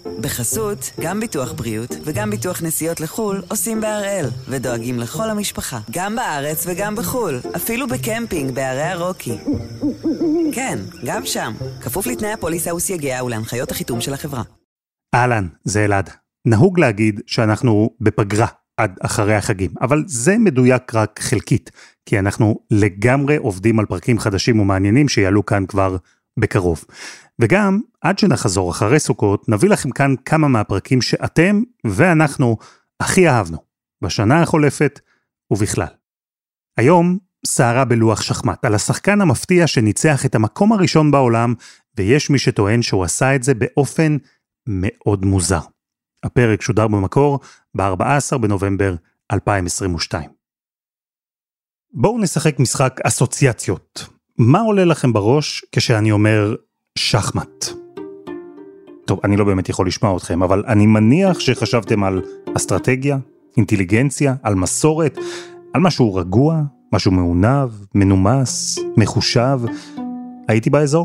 בחסות, גם ביטוח בריאות וגם ביטוח נסיעות לחול עושים בהראל, ודואגים לכל המשפחה, גם בארץ וגם בחול, אפילו בקמפינג בערי הרוקי. כן, גם שם, כפוף לתנאי הפוליסה וסייגיה ולהנחיות החיתום של החברה. אהלן, זה אלעד. נהוג להגיד שאנחנו בפגרה עד אחרי החגים, אבל זה מדויק רק חלקית, כי אנחנו לגמרי עובדים על פרקים חדשים ומעניינים שיעלו כאן כבר בקרוב. וגם, עד שנחזור אחרי סוכות, נביא לכם כאן כמה מהפרקים שאתם ואנחנו הכי אהבנו, בשנה החולפת ובכלל. היום, סערה בלוח שחמט, על השחקן המפתיע שניצח את המקום הראשון בעולם, ויש מי שטוען שהוא עשה את זה באופן מאוד מוזר. הפרק שודר במקור ב-14 בנובמבר 2022. בואו נשחק משחק אסוציאציות. מה עולה לכם בראש כשאני אומר שחמט? טוב, אני לא באמת יכול לשמוע אתכם, אבל אני מניח שחשבתם על אסטרטגיה, אינטליגנציה, על מסורת, על משהו רגוע, משהו מעונב, מנומס, מחושב. הייתי באזור?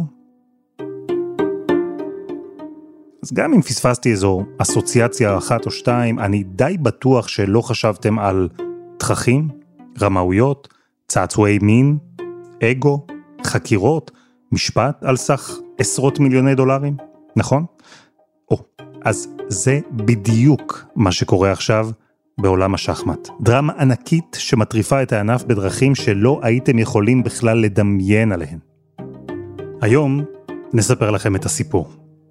אז גם אם פספסתי איזו אסוציאציה אחת או שתיים, אני די בטוח שלא חשבתם על תככים, רמאויות, צעצועי מין, אגו, חקירות, משפט על סך עשרות מיליוני דולרים, נכון? אז זה בדיוק מה שקורה עכשיו בעולם השחמט. דרמה ענקית שמטריפה את הענף בדרכים שלא הייתם יכולים בכלל לדמיין עליהן. היום נספר לכם את הסיפור.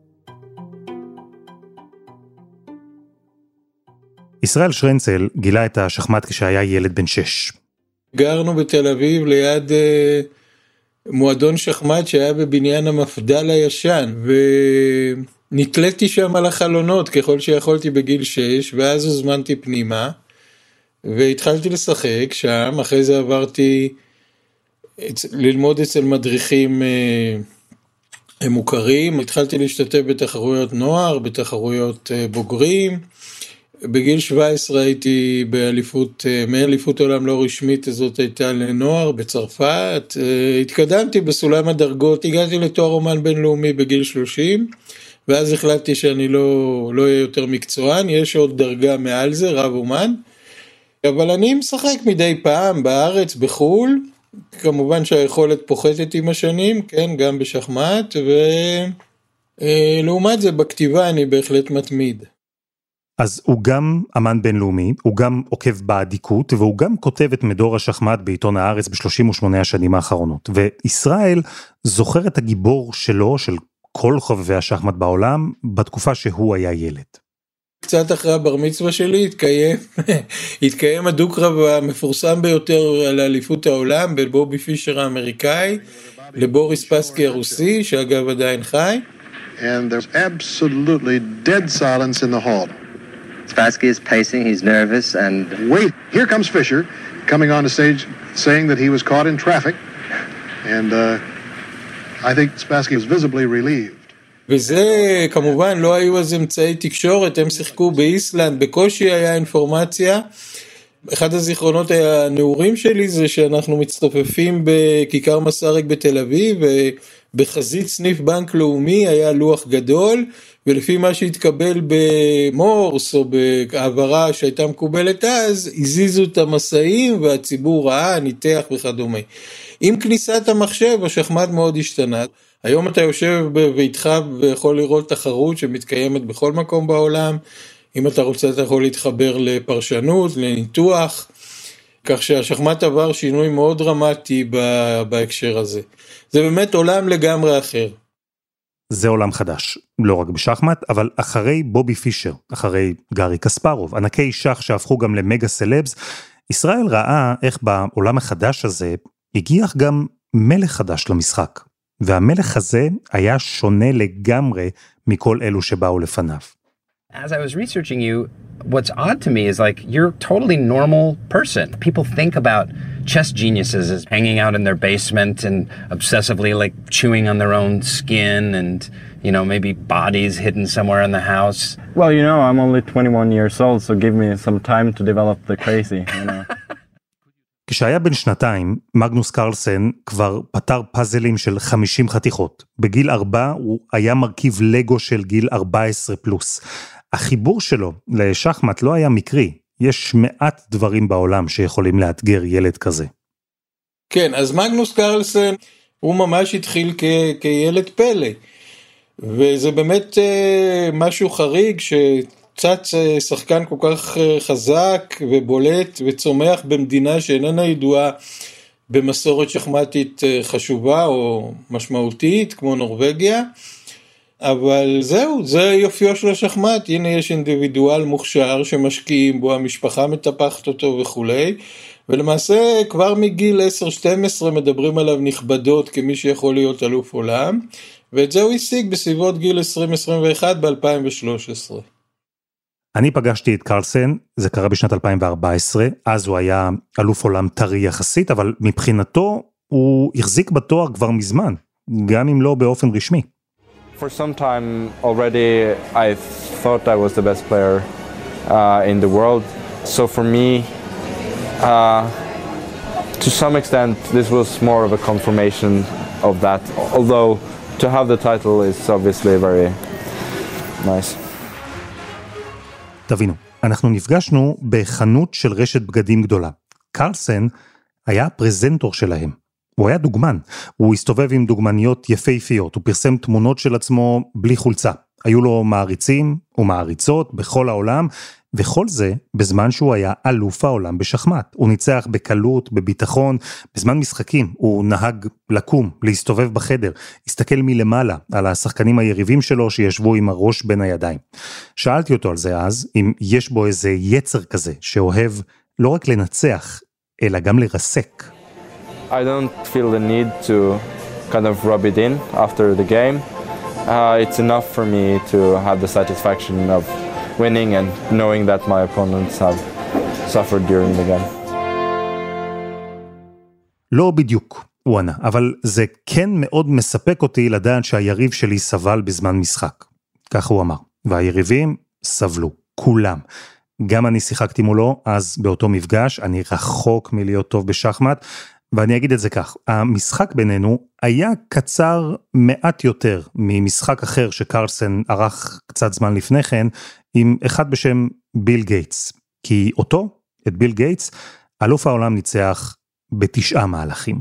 ישראל שרנצל גילה את השחמט כשהיה ילד בן 6. גרנו בתל אביב ליד מועדון שחמט שהיה בבניין המפד"ל הישן, ונתליתי שם על החלונות ככל שיכולתי בגיל 6, ואז הוזמנתי פנימה, והתחלתי לשחק שם. אחרי זה עברתי ללמוד אצל מדריכים מוכרים, התחלתי להשתתף בתחרויות נוער, בתחרויות בוגרים. בגיל 17 הייתי מאליפות עולם לא רשמית, הזאת הייתה לנוער בצרפת. התקדמתי בסולם הדרגות, הגעתי לתואר אומן בינלאומי בגיל 30, ואז החלטתי שאני לא אהיה יותר מקצוען, יש עוד דרגה מעל זה, רב אומן. אבל אני משחק מדי פעם בארץ, בחול, כמובן שהיכולת פוחתת עם השנים, כן, גם בשחמט, ולעומת זה בכתיבה אני בהחלט מתמיד. אז הוא גם אמן בינלאומי, הוא גם עוקב בעדיקות, והוא גם כותב את מדור השחמט בעיתון הארץ ב-38 השנים האחרונות. וישראל זוכר את הגיבור שלו, של כל חובבי השחמט בעולם, בתקופה שהוא היה ילד. קצת אחרי הבר מצווה שלי התקיים הדו-קרב המפורסם ביותר על אליפות העולם, בין בובי פישר האמריקאי לבוריס פסקי הרוסי, שאגב עדיין חי. And there's absolutely dead silence in the hall. Spassky is pacing, he's nervous, and... Wait, here comes Fisher, coming on the stage, saying that he was caught in traffic, and I think Spassky was visibly relieved. וזה כמובן לא היו אז אמצעי תקשורת, הם שיחקו באיסלנד, בקושי היה אינפורמציה. אחד הזיכרונות הנעורים שלי זה שאנחנו מצטופפים בכיכר מסריק בתל אביב, ובחזית סניף בנק לאומי היה לוח גדול, ולפי מה שהתקבל במורס או בעברה שהייתה מקובלת אז, הזיזו את המסעים והציבור ראה, ניתח וכדומה. עם כניסת המחשב, השחמט מאוד השתנה. היום אתה יושב בביתך ויכול לראות תחרות שמתקיימת בכל מקום בעולם. אם אתה רוצה, אתה יכול להתחבר לפרשנות, לניתוח, כך שהשחמט עבר שינוי מאוד דרמטי בהקשר הזה. זה באמת עולם לגמרי אחר. זה עולם חדש, לא רק בשחמט, אבל אחרי בובי פישר, אחרי גארי קספרוב, ענקי שח שהפכו גם למגה סלבס, ישראל ראה איך בעולם החדש הזה הגיח גם מלך חדש למשחק, והמלך הזה היה שונה לגמרי מכל אלו שבאו לפניו. As I was researching you, what's odd to me is like you're a totally normal person. People think about chess geniuses as hanging out in their basement and obsessively like chewing on their own skin and, you know, maybe bodies hidden somewhere in the house. Well, you know, I'm only 21 years old, so give me some time to develop the crazy, you know. כשהיה בן 2, מגנוס קרלסן כבר פתר פאזלים של 50 חתיכות. בגיל 4 הוא היה מרכיב לגו של גיל 14 פלוס. החיבור שלו לשחמט לא היה מקרי. יש מעט דברים בעולם שיכולים לאתגר ילד כזה. כן, אז מגנוס קרלסן הוא ממש התחיל כילד פלא. וזה באמת משהו חריג שצץ שחקן כל כך חזק ובולט וצומח במדינה שאיננה ידועה במסורת שחמטית חשובה או משמעותית כמו נורווגיה. אבל זהו, זה יופיו של השחמט. הנה יש אינדיבידואל מוכשר שמשקיעים בו, המשפחה מטפחת אותו וכולי. ולמעשה כבר מגיל 10-12 מדברים עליו נכבדות כמי שיכול להיות אלוף עולם. ואת זה הוא השיג בסביבות גיל 20-21 ב-2013. אני פגשתי את קרלסן, זה קרה בשנת 2014, אז הוא היה אלוף עולם טרי יחסית, אבל מבחינתו הוא החזיק בתואר כבר מזמן, גם אם לא באופן רשמי. For some time already I thought I was the best player in the world. So for me, to some extent this was more of a confirmation of that, although to have the title is obviously very nice. תבינו, אנחנו נפגשנו בחנות של רשת בגדים גדולה. קרלסן היה פרזנטור שלהם. הוא היה דוגמן. הוא הסתובב עם דוגמניות יפהפיות. הוא פרסם תמונות של עצמו בלי חולצה. היו לו מעריצים ומעריצות בכל העולם, וכל זה בזמן שהוא היה אלוף העולם בשחמט. הוא ניצח בקלות, בביטחון, בזמן משחקים. הוא נהג לקום, להסתובב בחדר, הסתכל מלמעלה על השחקנים היריבים שלו שישבו עם הראש בין הידיים. שאלתי אותו על זה אז, אם יש בו איזה יצר כזה שאוהב לא רק לנצח, אלא גם לרסק. I don't feel the need to kind of rub it in after the game. It's enough for me to have the satisfaction of winning and knowing that my opponents have suffered during the game. לא בדיוק, הוא ענה, אבל זה כן מאוד מספק אותי לדעת שהיריב שלי סבל בזמן משחק. כך הוא אמר, והיריבים סבלו, כולם. גם אני שיחקתי מולו, אז באותו מפגש, אני רחוק מלהיות טוב בשחמט, ואני אגיד את זה כך, המשחק בינינו היה קצר מעט יותר ממשחק אחר שקרלסן ערך קצת זמן לפני כן, עם אחד בשם ביל גייטס, כי אותו, את ביל גייטס, אלוף העולם ניצח ב9 מהלכים.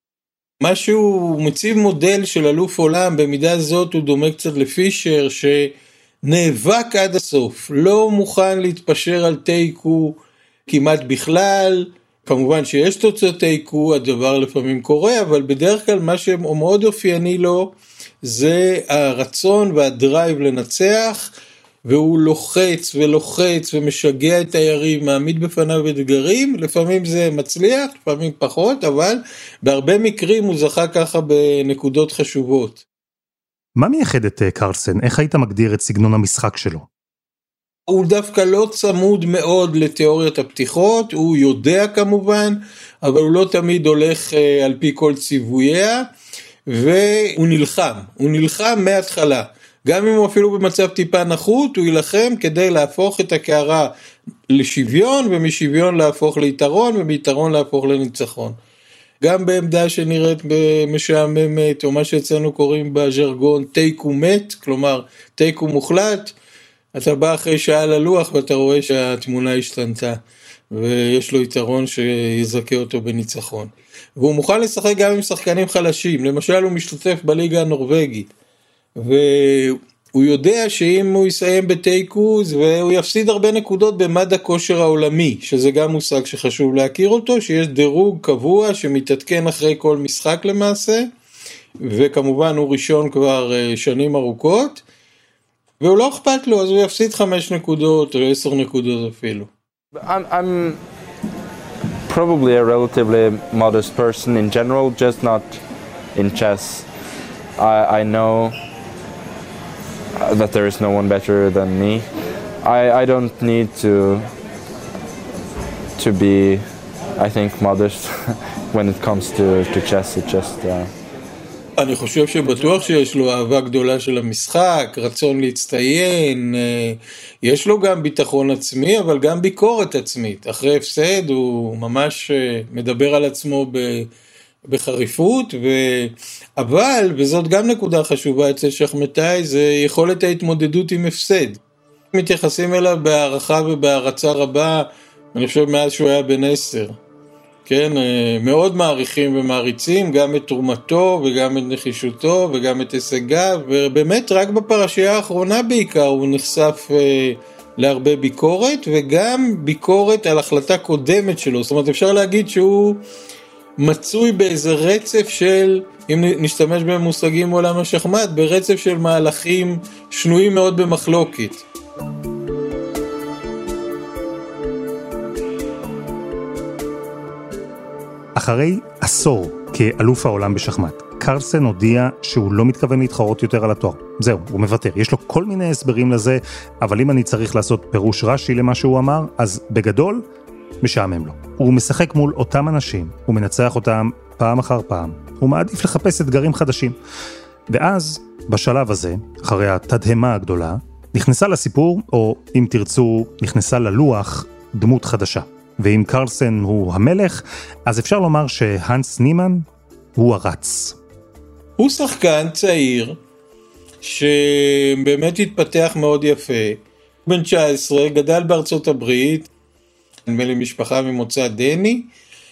משהו מציב מודל של אלוף עולם, במידה זאת הוא דומה קצת לפישר, שנאבק עד הסוף, לא מוכן להתפשר על תיקו כמעט בכלל, כמובן שיש תוצאות תיקו, הדבר לפעמים קורה, אבל בדרך כלל מה שמאוד אופייני לו, זה הרצון והדרייב לנצח, והוא לוחץ ולוחץ ומשגע את היריב, מעמיד בפניו אתגרים, לפעמים זה מצליח, לפעמים פחות, אבל בהרבה מקרים הוא זכה ככה בנקודות חשובות. מה מייחד את קרלסן? איך היית מגדיר את סגנון המשחק שלו? הוא דווקא לא צמוד מאוד לתיאוריית הפתיחות, הוא יודע כמובן, אבל הוא לא תמיד הולך על פי כל ציווייה, והוא נלחם מההתחלה. גם אם הוא אפילו במצב טיפה נחות, הוא ילחם כדי להפוך את הקערה לשוויון, ומשוויון להפוך ליתרון, ומיתרון להפוך לניצחון. גם בעמדה שנראית משעממת, או מה שאצלנו קוראים בז'רגון תיקו מת, כלומר תיקו מוחלט, אתה בא אחרי שעה ללוח ואתה רואה שהתמונה השתנתה, ויש לו יתרון שיזכה אותו בניצחון. והוא מוכן לשחק גם עם שחקנים חלשים, למשל הוא משתתף בליגה הנורווגית, והוא יודע שאם הוא יסיים בטייקוז, והוא יפסיד הרבה נקודות במד הכושר העולמי, שזה גם מושג שחשוב להכיר אותו, שיש דירוג קבוע שמתעדכן אחרי כל משחק למעשה, וכמובן הוא ראשון כבר שנים ארוכות, והוא לא אכפת לו, אז הוא יפסיד 5 נקודות או 10 נקודות אפילו. I'm probably a relatively modest person in general, just not in chess. I know that there is no one better than me. I don't need to be, I think, modest when it comes to chess. It just... אני חושב שבטוח שיש לו אהבה גדולה של המשחק, רצון להצטיין, יש לו גם ביטחון עצמי, אבל גם ביקורת עצמית. אחרי הפסד הוא ממש מדבר על עצמו בחריפות, אבל, וזאת גם נקודה חשובה אצל שחמטאי, זה יכולת ההתמודדות עם הפסד. מתייחסים אליו בהערכה ובהערצה רבה, אני חושב מאז שהוא היה בן 10. כן, מאוד מעריכים ומעריצים גם את תרומתו וגם את נחישותו וגם את הישגיו, ובאמת רק בפרשייה האחרונה בעיקר הוא נחשף להרבה ביקורת, וגם ביקורת על החלטה קודמת שלו. זאת אומרת, אפשר להגיד שהוא מצוי באיזה רצף של, אם נשתמש במושגים מעולם השחמט, ברצף של מהלכים שנויים מאוד במחלוקת. אחרי עשור כאלוף העולם בשחמט, קרלסן הודיע שהוא לא מתכוון להתחרות יותר על התואר. זהו, הוא מוותר. יש לו כל מיני הסברים לזה, אבל אם אני צריך לעשות פירוש רש"י למה שהוא אמר, אז בגדול, משעמם לו. הוא משחק מול אותם אנשים, הוא מנצח אותם פעם אחר פעם, הוא מעדיף לחפש אתגרים חדשים. ואז, בשלב הזה, אחרי התדהמה הגדולה, נכנסה לסיפור, או אם תרצו, נכנסה ללוח, דמות חדשה. ואם קרלסן הוא המלך, אז אפשר לומר שהנס נימן הוא הרץ. הוא שחקן צעיר, שבאמת התפתח מאוד יפה. בן 19, גדל בארצות הברית, נדמה לי משפחה ממוצא דני,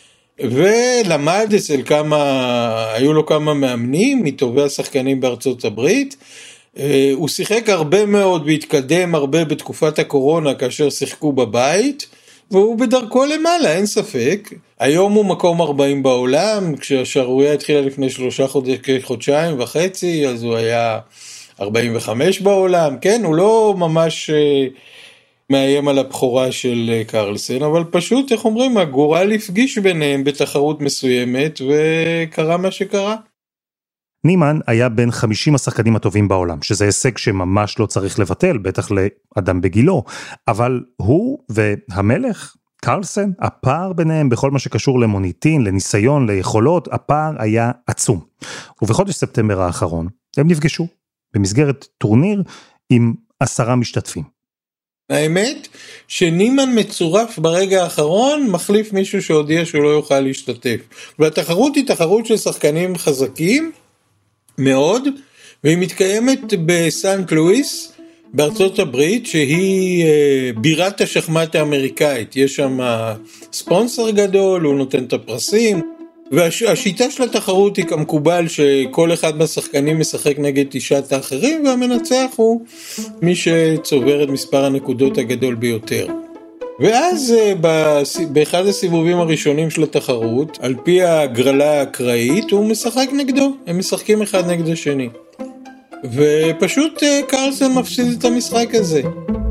ולמד אצל היו לו כמה מאמנים, מטובי השחקנים בארצות הברית. הוא שיחק הרבה מאוד והתקדם הרבה בתקופת הקורונה, כאשר שיחקו בבית, והוא בדרכו למעלה, אין ספק. היום הוא מקום 40 בעולם, כשהשערורייה התחילה לפני 3 חודשיים וחצי, אז הוא היה 45 בעולם. כן, הוא לא ממש מאיים על הבכורה של קרלסן, אבל פשוט, איך אומרים, הגורל הפגיש ביניהם בתחרות מסוימת, וקרה מה שקרה. נימן היה בין 50 השחקנים הטובים בעולם, שזה הישג שממש לא צריך לבטל, בטח לאדם בגילו, אבל הוא והמלך, קרלסן, הפער ביניהם בכל מה שקשור למוניטין, לניסיון, ליכולות, הפער היה עצום. ובחודש ספטמבר האחרון, הם נפגשו במסגרת טורניר עם 10 משתתפים. האמת שנימן מצורף ברגע האחרון, מחליף מישהו שהודיע שהוא לא יוכל להשתתף. והתחרות היא תחרות של שחקנים חזקים, מאוד, והיא מתקיימת בסנט לואיס, בארצות הברית, שהיא בירת השחמט האמריקאית. יש שם ספונסר גדול, הוא נותן את הפרסים, והשיטה של התחרות היא כמקובל שכל אחד מהשחקנים משחק נגד 9 האחרים, והמנצח הוא מי שצובר את מספר הנקודות הגדול ביותר. ואז באחד הסיבובים הראשונים של התחרות, על פי הגרלה האקראית, הוא משחק נגדו. הם משחקים אחד נגד השני. ופשוט קרלסן מפסיד את המשחק הזה.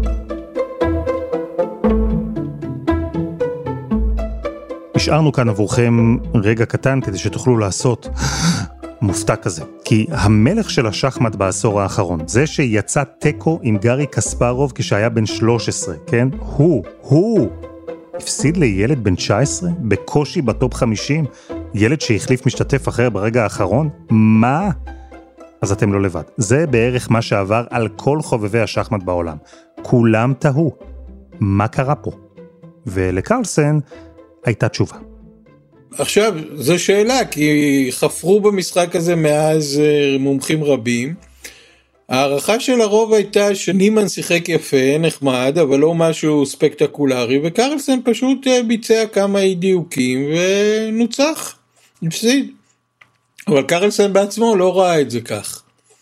השארנו כאן עבורכם רגע קטן כדי שתוכלו לעשות מופתע כזה. כי המלך של השחמט בעשור האחרון, זה שיצא טקו עם גארי קספרוב כשהיה בן 13, כן? הוא הפסיד לילד בן 19, בקושי בטופ 50, ילד שהחליף משתתף אחר ברגע האחרון? מה? אז אתם לא לבד. זה בערך מה שעבר על כל חובבי השחמט בעולם. כולם תהו. מה קרה פה? ולקרלסן הייתה תשובה. עכשיו, זו שאלה, כי חפרו במשחק הזה מאז מומחים רבים. הערכה של הרוב הייתה שנימן שיחק יפה, נחמד, אבל לא משהו ספקטקולרי, וקרלסן פשוט ביצע כמה אי דיוקים ונוצח, הפסיד. אבל קרלסן בעצמו לא ראה את זה כך.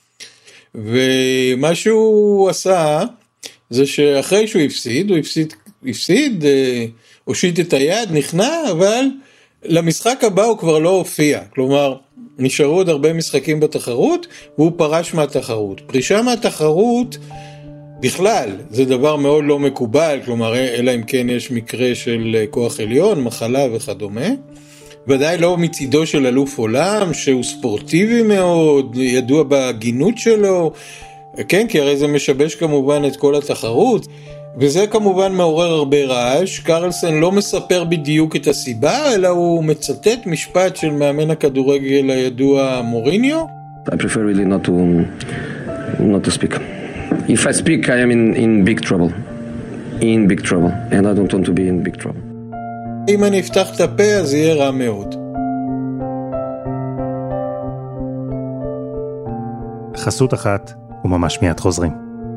ומה שהוא עשה, זה שאחרי שהוא הפסיד, הושיט את היד, נכנע, אבל למשחק הבא הוא כבר לא הופיע. כלומר, נשארו עוד הרבה משחקים בתחרות, והוא פרש מהתחרות. פרישה מהתחרות, בכלל, זה דבר מאוד לא מקובל, כלומר, אלא אם כן יש מקרה של כוח עליון, מחלה וכדומה. ודאי לא מצידו של אלוף עולם, שהוא ספורטיבי מאוד, ידוע בהגינות שלו, כן, כי הרי זה משבש כמובן את כל התחרות, וזה כמובן מעורר הרבה רעש. קרלסן לא מספר בדיוק את הסיבה, אלא הוא מצטט משפט של מאמן הכדורגל הידוע מוריניו, I prefer really not to speak. If I speak, I am in big trouble. In big trouble. And I don't want to be in big trouble. אם אני אפתח את הפה, אז יהיה רע מאוד. חסות אחת, וממש מיד חוזרים.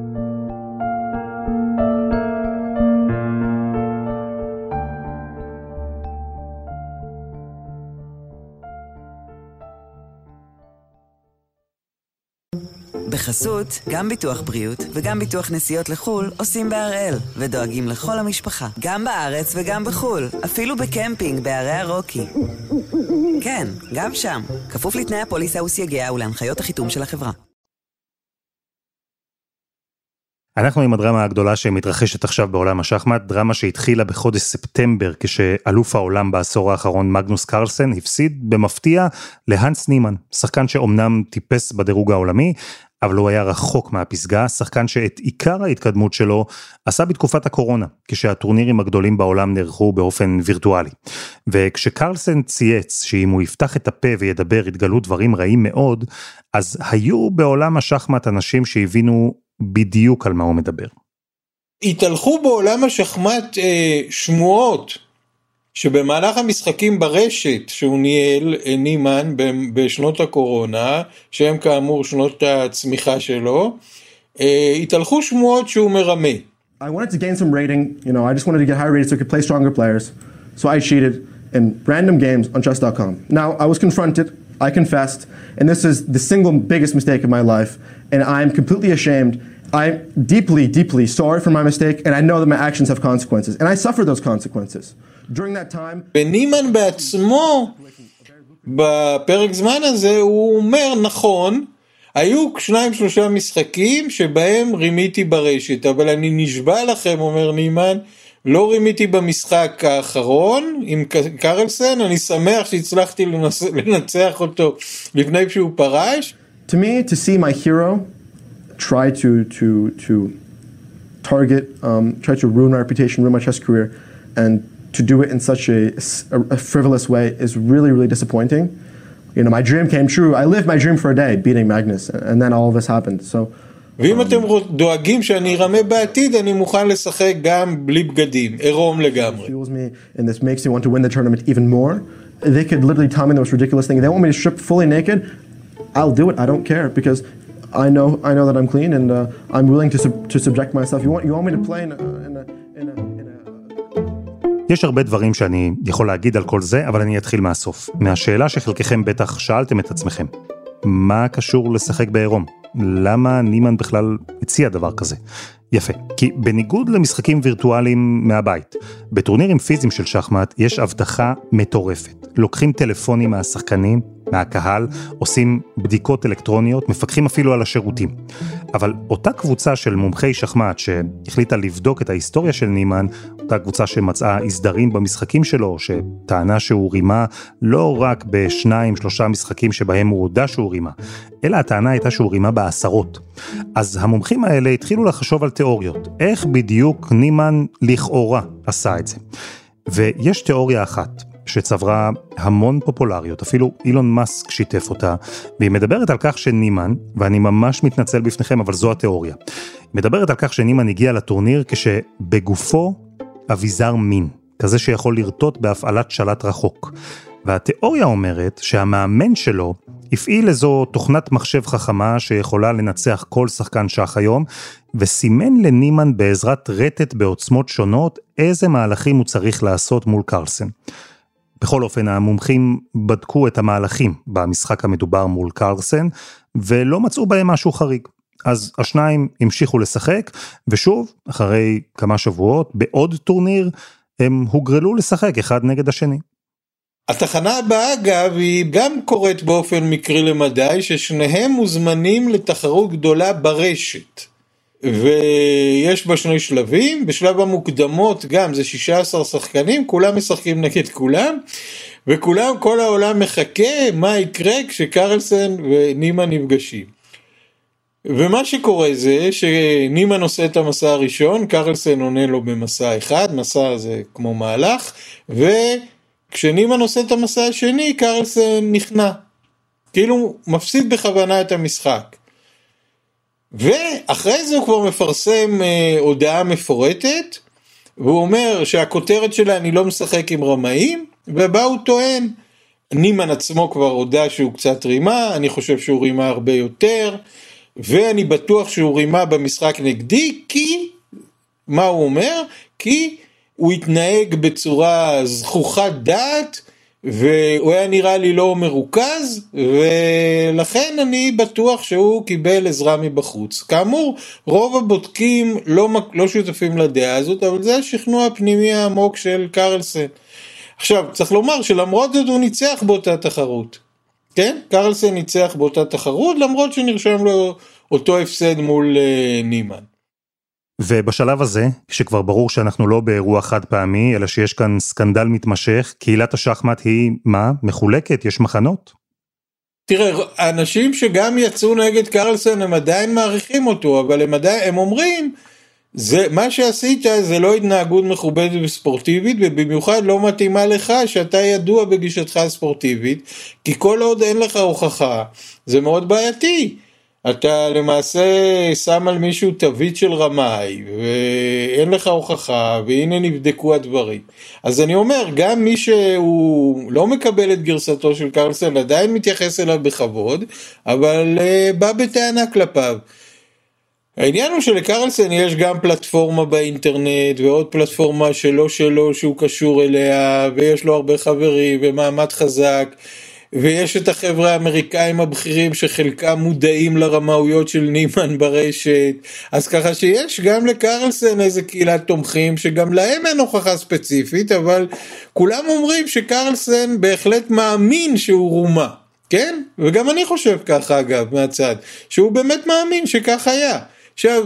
בחסות, גם ביטוח בריאות וגם ביטוח נסיעות לחול עושים בהראל ודואגים לכל המשפחה, גם בארץ וגם בחול, אפילו בקמפינג בערי הרוקי. כן, גם שם, כפוף לתנאי הפוליסה וסייגיה ולהנחיות החיתום של החברה. אנחנו עם הדרמה הגדולה שמתרחשת עכשיו בעולם השחמט, דרמה שהתחילה בחודש ספטמבר, כשאלוף העולם בעשור האחרון מגנוס קרלסן הפסיד במפתיע להנס נימן, שחקן שאומנם טיפס בדירוג העולמי, אבל הוא היה רחוק מהפסגה, שחקן שאת עיקר ההתקדמות שלו עשה בתקופת הקורונה, כשהטורנירים הגדולים בעולם נערכו באופן וירטואלי. וכשקרלסן צייץ שאם הוא יפתח את הפה וידבר יתגלו דברים רעים מאוד, אז היו בעולם השחמט אנשים שהבינו בדיוק על מה הוא מדבר. התהלכו בעולם השחמט שמועות שבמהלך המשחקים ברשת שהוא ניהל נימן בשנות הקורונה, שהם כאמור שנות הצמיחה שלו, התהלכו שמועות שהוא מרמה. I wanted to gain some rating, I just wanted to get higher ratings so I could play stronger players. So I cheated in random games on chess.com. Now I was confronted, I confessed, and this is the single biggest mistake of my life, and I'm completely ashamed. I'm deeply, deeply sorry for my mistake, and I know that my actions have consequences, and I suffer those consequences. During that time... ונימן בעצמו, בפרק זמן הזה, הוא אומר, נכון, היו 2-3 משחקים שבהם רימיתי ברשת, אבל אני נשבע לכם, אומר נימן, לא רימיתי במשחק האחרון עם קרלסן, אני שמח שהצלחתי לנצח אותו לפני שהוא פרש. To me, to see my hero try to target, try to ruin my reputation, ruin my chess career, and to do it in such a frivolous way is really, really disappointing. My dream came true. I lived my dream for a day, beating Magnus, and then all of this happened. So. ואם אתם דואגים שאני ארמה בעתיד, אני מוכן לשחק גם בלי בגדים, עירום לגמרי. Fuels me, and this makes me want to win the tournament even more. They could literally tell me the most ridiculous thing. If they want me to strip fully naked, I'll do it. I don't care because I know that I'm clean and I'm willing to subject myself. You want me to play in a יש הרבה דברים שאני יכול להגיד על כל זה, אבל אני אתחיל מהסוף. מהשאלה שחלקכם בטח שאלתם את עצמכם. מה קשור לשחק בעירום? למה נימן בכלל הציע דבר כזה? יפה, כי בניגוד למשחקים וירטואליים מהבית, בטורנירים פיזיים של שחמט יש הבטחה מטורפת. לוקחים טלפונים מהשחקנים, מהקהל, עושים בדיקות אלקטרוניות, מפקחים אפילו על השירותים. אבל אותה קבוצה של מומחי שחמט שהחליטה לבדוק את ההיסטוריה של נימן, אותה קבוצה שמצאה הסדרים במשחקים שלו, שטענה שהוא רימה לא רק ב2-3 משחקים שבהם הוא הודע שהוא רימה, אלא הטענה הייתה שהוא רימה בעשרות. אז המומחים האלה התחילו לחשוב על תיאוריות. איך בדיוק נימן לכאורה עשה את זה? ויש תיאוריה אחת שצברה המון פופולריות, אפילו אילון מאסק שיתף אותה, והיא מדברת על כך שנימן, ואני ממש מתנצל בפניכם, אבל זו התיאוריה, מדברת על כך שנימן הגיע לטורניר כשבגופו אביזר מין, כזה שיכול לרטוט בהפעלת שלט רחוק. והתיאוריה אומרת שהמאמן שלו הפעיל איזו תוכנת מחשב חכמה שיכולה לנצח כל שחקן שח היום, וסימן לנימן בעזרת רטט בעוצמות שונות איזה מהלכים הוא צריך לעשות מול קרלסן. בכל אופן, המומחים בדקו את המהלכים במשחק המדובר מול קרלסן, ולא מצאו בהם משהו חריג. אז השניים המשיכו לשחק, ושוב, אחרי כמה שבועות, בעוד טורניר, הם הוגרלו לשחק אחד נגד השני. התחנה הבאה, אגב, היא גם קורית באופן מקרי למדי, ששניהם מוזמנים לתחרות גדולה ברשת. ויש בה 2 שלבים, בשלב המוקדמות גם זה 16 שחקנים, כולם משחקים נגד כולם, וכולם, כל העולם מחכה מה יקרה כשקרלסן ונימן נפגשים. ומה שקורה זה שנימן עושה את המסע הראשון, קרלסן עונה לו במסע אחד, מסע זה כמו מהלך, וכשנימן עושה את המסע השני, קרלסן נכנע. כאילו הוא מפסיד בכוונה את המשחק. ואחרי זה הוא כבר מפרסם הודעה מפורטת, והוא אומר שהכותרת שלה אני לא משחק עם רמאים, ובה הוא טוען, נימן עצמו כבר הודע שהוא קצת רימה, אני חושב שהוא רימה הרבה יותר, ואני בטוח שהוא רימה במשחק נגדי, כי, מה הוא אומר? כי הוא התנהג בצורה זכוכת דעת, והוא היה נראה לי לא מרוכז, ולכן אני בטוח שהוא קיבל עזרה מבחוץ. כאמור, רוב הבודקים לא שותפים לדעה הזאת, אבל זה השכנוע הפנימי העמוק של קרלסן. עכשיו, צריך לומר שלמרות זאת הוא ניצח באותה תחרות. כן? קרלסן ניצח באותה תחרות, למרות שנרשם לו אותו הפסד מול נימן. ובשלב הזה, כשכבר ברור שאנחנו לא באירוע חד פעמי, אלא שיש כאן סקנדל מתמשך, קהילת השחמט היא מה? מחולקת? יש מחנות? תראה, האנשים שגם יצאו נגד קרלסן הם עדיין מעריכים אותו, אבל הם אומרים, מה שעשית זה לא התנהגות מכובדת וספורטיבית, ובמיוחד לא מתאימה לך שאתה ידוע בגישתך הספורטיבית, כי כל עוד אין לך הוכחה, זה מאוד בעייתי. אתה למעשה שם על מישהו תווית של רמאי, ואין לך הוכחה, והנה נבדקו הדברים. אז אני אומר, גם מי שהוא לא מקבל את גרסתו של קרלסן, עדיין מתייחס אליו בכבוד, אבל בא בטענה כלפיו. העניין הוא שלקרלסן יש גם פלטפורמה באינטרנט, ועוד פלטפורמה שלו שהוא קשור אליה, ויש לו הרבה חברים, ומעמד חזק, ויש את החבר'ה האמריקאים הבכירים שחלקם מודעים לרמאויות של נימן ברשת, אז ככה שיש גם לקרלסן איזה קהילת תומכים שגם להם אין הוכחה ספציפית, אבל כולם אומרים שקרלסן בהחלט מאמין שהוא רומה, כן? וגם אני חושב ככה אגב מהצד, שהוא באמת מאמין שכך היה. עכשיו,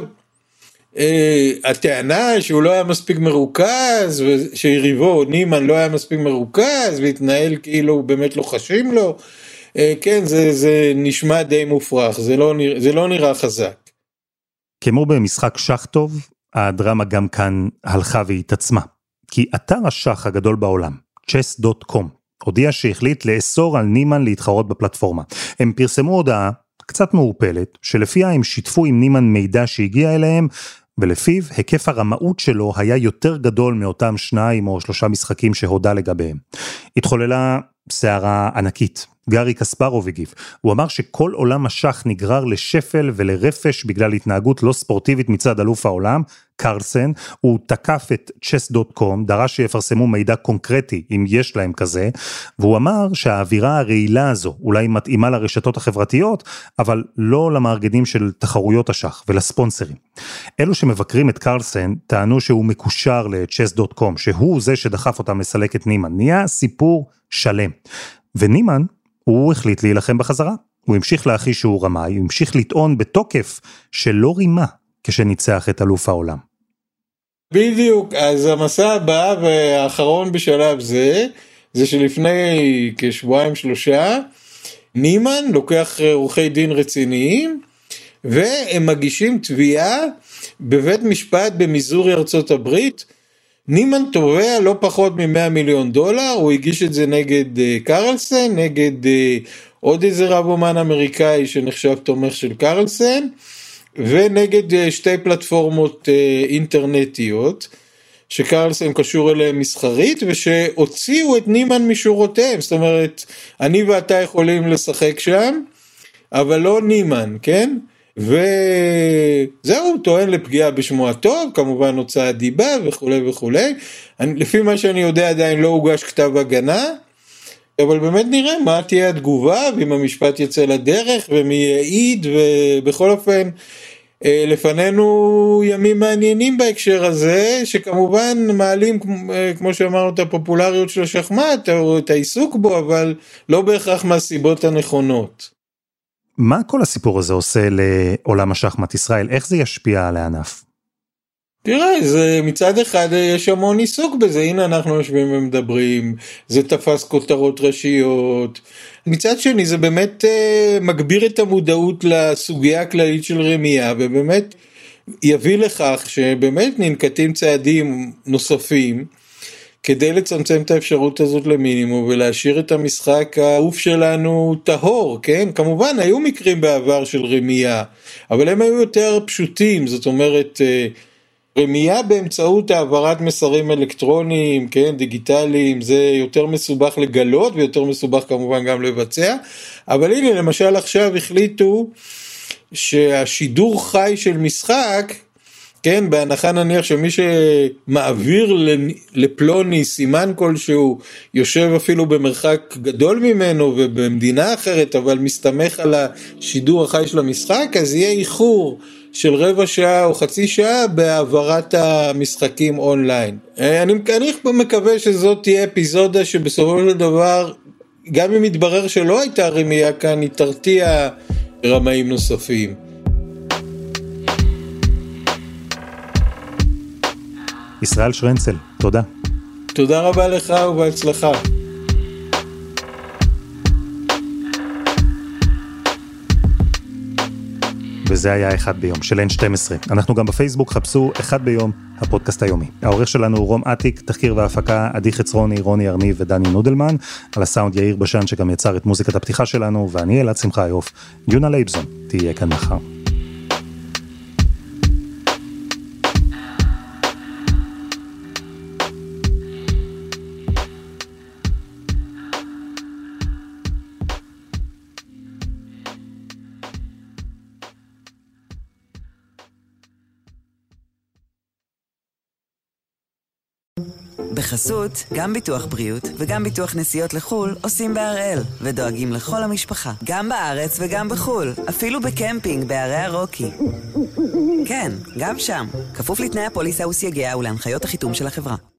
הטענה שהוא לא היה מספיק מרוכז, שיריבו נימן לא היה מספיק מרוכז, והתנהל כאילו הוא באמת לא חשים לו, כן, זה נשמע די מופרך, זה לא נראה חזק. כמו במשחק שח טוב, הדרמה גם כאן הלכה והתעצמה. כי אתר השח הגדול בעולם, chess.com, הודיע שהחליט לאסור על נימן להתחרות בפלטפורמה. הם פרסמו הודעה קצת מעורפלת, שלפיה הם שיתפו עם נימן מידע שהגיע אליהם, ולפיו היקף הרמאות שלו היה יותר גדול מאותם 2 או 3 משחקים שהודע לגביהם. התחוללה סערה ענקית. גארי קספרוב הגיב. הוא אמר שכל עולם השח נגרר לשפל ולרפש בגלל התנהגות לא ספורטיבית מצד אלוף העולם, קרלסן. הוא תקף את chess.com, דרש שיפרסמו מידע קונקרטי אם יש להם כזה, והוא אמר שהאווירה הרעילה הזו אולי מתאימה לרשתות החברתיות, אבל לא למארגנים של תחרויות השח ולספונסרים. אלו שמבקרים את קרלסן טענו שהוא מקושר ל-chess.com, שהוא זה שדחף אותם לסלק את נימן. נהיה סיפור שלם. ונימן הוא החליט להילחם בחזרה. הוא המשיך להכיש שהוא רמאי, הוא המשיך לטעון בתוקף שלא רימה כשניצח את אלוף העולם. בדיוק, אז המסע הבא והאחרון בשלב זה שלפני כשבועיים 3, נימן לוקח עורכי דין רציניים, והם מגישים תביעה בבית משפט במיזורי ארצות הברית. נימן תובע לא פחות $100 מיליון, הוא הגיש את זה נגד קרלסן, נגד עוד איזה רב אומן אמריקאי שנחשב תומך של קרלסן, ונגד 2 פלטפורמות אינטרנטיות, שקרלסן קשור אליהם מסחרית, ושהוציאו את נימן משורותיהם, זאת אומרת, אני ואתה יכולים לשחק שם, אבל לא נימן, כן? וזהו, טוען לפגיעה בשמו הטוב, כמובן הוצאת דיבה וכו' וכו'. לפי מה שאני יודע עדיין לא הוגש כתב הגנה, אבל באמת נראה מה תהיה התגובה, ואם המשפט יצא לדרך ומי יעיד, ובכל אופן לפנינו ימים מעניינים בהקשר הזה, שכמובן מעלים, כמו שאמרנו, את הפופולריות של השחמט, או את העיסוק בו, אבל לא בהכרח מהסיבות הנכונות. מה כל הסיפור הזה עושה לעולם השחמט ישראל? איך זה ישפיע על הענף? תראה, זה מצד אחד יש המון עיסוק בזה, הנה אנחנו יושבים ומדברים, זה תפס כותרות ראשיות, מצד שני זה באמת מגביר את המודעות לסוגיה הכללית של רמייה, ובאמת יביא לכך שבאמת ננקטים צעדים נוספים, כדי לצמצם את האפשרות הזאת למינימום ולהשאיר את המשחק האהוב שלנו טהור, כן? כמובן היו מקרים בעבר של רמייה, אבל הם היו יותר פשוטים, זאת אומרת רמייה באמצעות העברת מסרים אלקטרוניים, כן, דיגיטליים, זה יותר מסובך לגלות ויותר מסובך כמובן גם לבצע, אבל הנה למשל עכשיו החליטו שהשידור חי של משחק, כן, בהנחה נניח שמי שמעביר לפלוני סימן כלשהו, יושב אפילו במרחק גדול ממנו ובמדינה אחרת, אבל מסתמך על השידור החי של המשחק, אז יהיה איחור של רבע שעה או חצי שעה בהעברת המשחקים אונליין. אני מקווה שזאת תהיה אפיזודה שבסופו של דבר, גם אם יתברר שלא הייתה רמייה כאן, היא תרתיע רמאים נוספים. ישראל שרנצל, תודה. תודה רבה לך ובהצלחה. וזה היה אחד ביום של N12. אנחנו גם בפייסבוק, חפשו אחד ביום, הפודקאסט היומי. העורך שלנו הוא רום עתיק, תחקיר והפקה עדי חצרוני, רוני ארניב ודני נודלמן, על הסאונד יאיר בשן שגם יצר את מוזיקת הפתיחה שלנו, ואני אלעד שמחה יוף. יונה לייבזון תהיה כאן מחר. בחסות, גם ביטוח בריאות וגם ביטוח נסיעות לחול עושים בהראל ודואגים לכל המשפחה, גם בארץ וגם בחול, אפילו בקמפינג בערי הרוקי. כן, גם שם, כפוף לתנאי הפוליסה וסייגיה ולהנחיות החיתום של החברה.